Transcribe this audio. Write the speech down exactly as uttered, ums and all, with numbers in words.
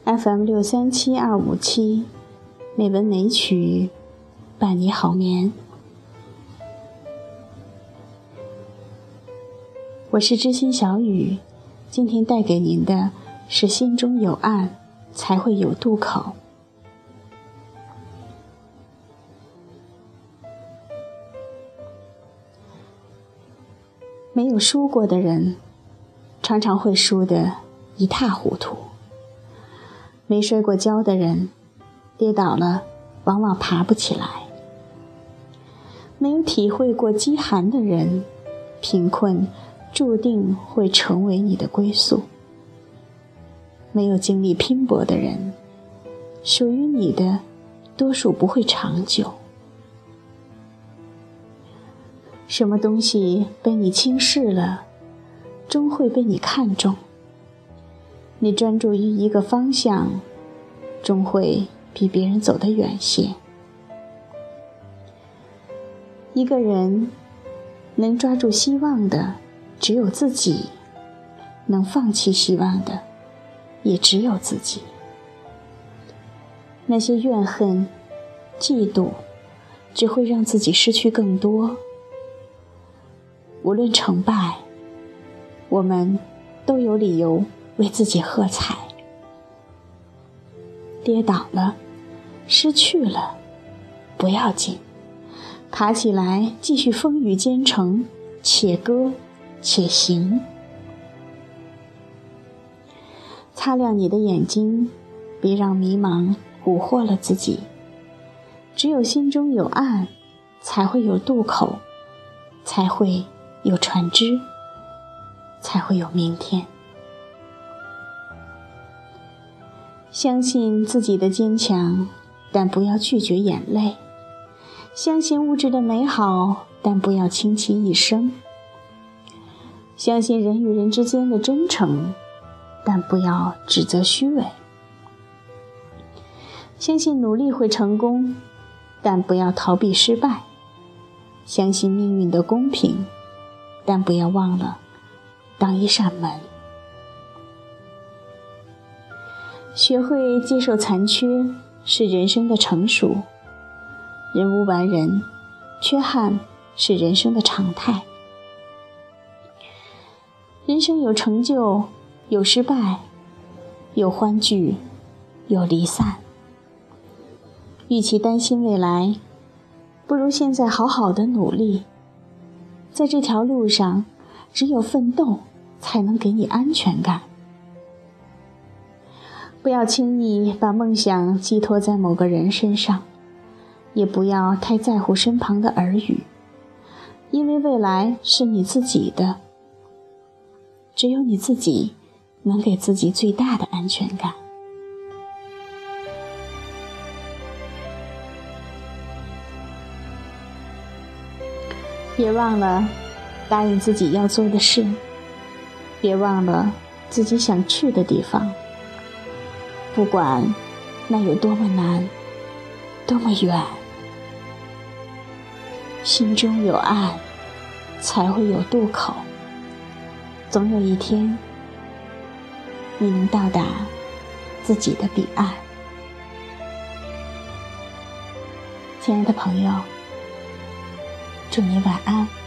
F M 六三七二五七，美文美曲，伴你好眠。我是知心小雨，今天带给您的是心中有岸，才会有渡口。没有输过的人，常常会输得一塌糊涂。没摔过跤的人，跌倒了往往爬不起来。没有体会过饥寒的人，贫困注定会成为你的归宿。没有经历拼搏的人，属于你的多数不会长久。什么东西被你轻视了，终会被你看中。你专注于一个方向，终会比别人走得远些。一个人能抓住希望的只有自己，能放弃希望的也只有自己。那些怨恨、嫉妒，只会让自己失去更多。无论成败，我们都有理由为自己喝彩。跌倒了，失去了，不要紧，爬起来继续风雨兼程，且歌且行。擦亮你的眼睛，别让迷茫蛊惑了自己。只有心中有岸，才会有渡口，才会有船只，才会有明天。相信自己的坚强，但不要拒绝眼泪；相信物质的美好，但不要倾其一生；相信人与人之间的真诚，但不要指责虚伪；相信努力会成功，但不要逃避失败；相信命运的公平，但不要忘了当一扇门。学会接受残缺，是人生的成熟。人无完人，缺憾是人生的常态。人生有成就，有失败，有欢聚，有离散。与其担心未来，不如现在好好的努力。在这条路上，只有奋斗才能给你安全感。不要轻易把梦想寄托在某个人身上，也不要太在乎身旁的耳语，因为未来是你自己的，只有你自己能给自己最大的安全感。别忘了答应自己要做的事，别忘了自己想去的地方，不管那有多么难，多么远。心中有岸，才会有渡口。总有一天，你能到达自己的彼岸。亲爱的朋友，祝你晚安。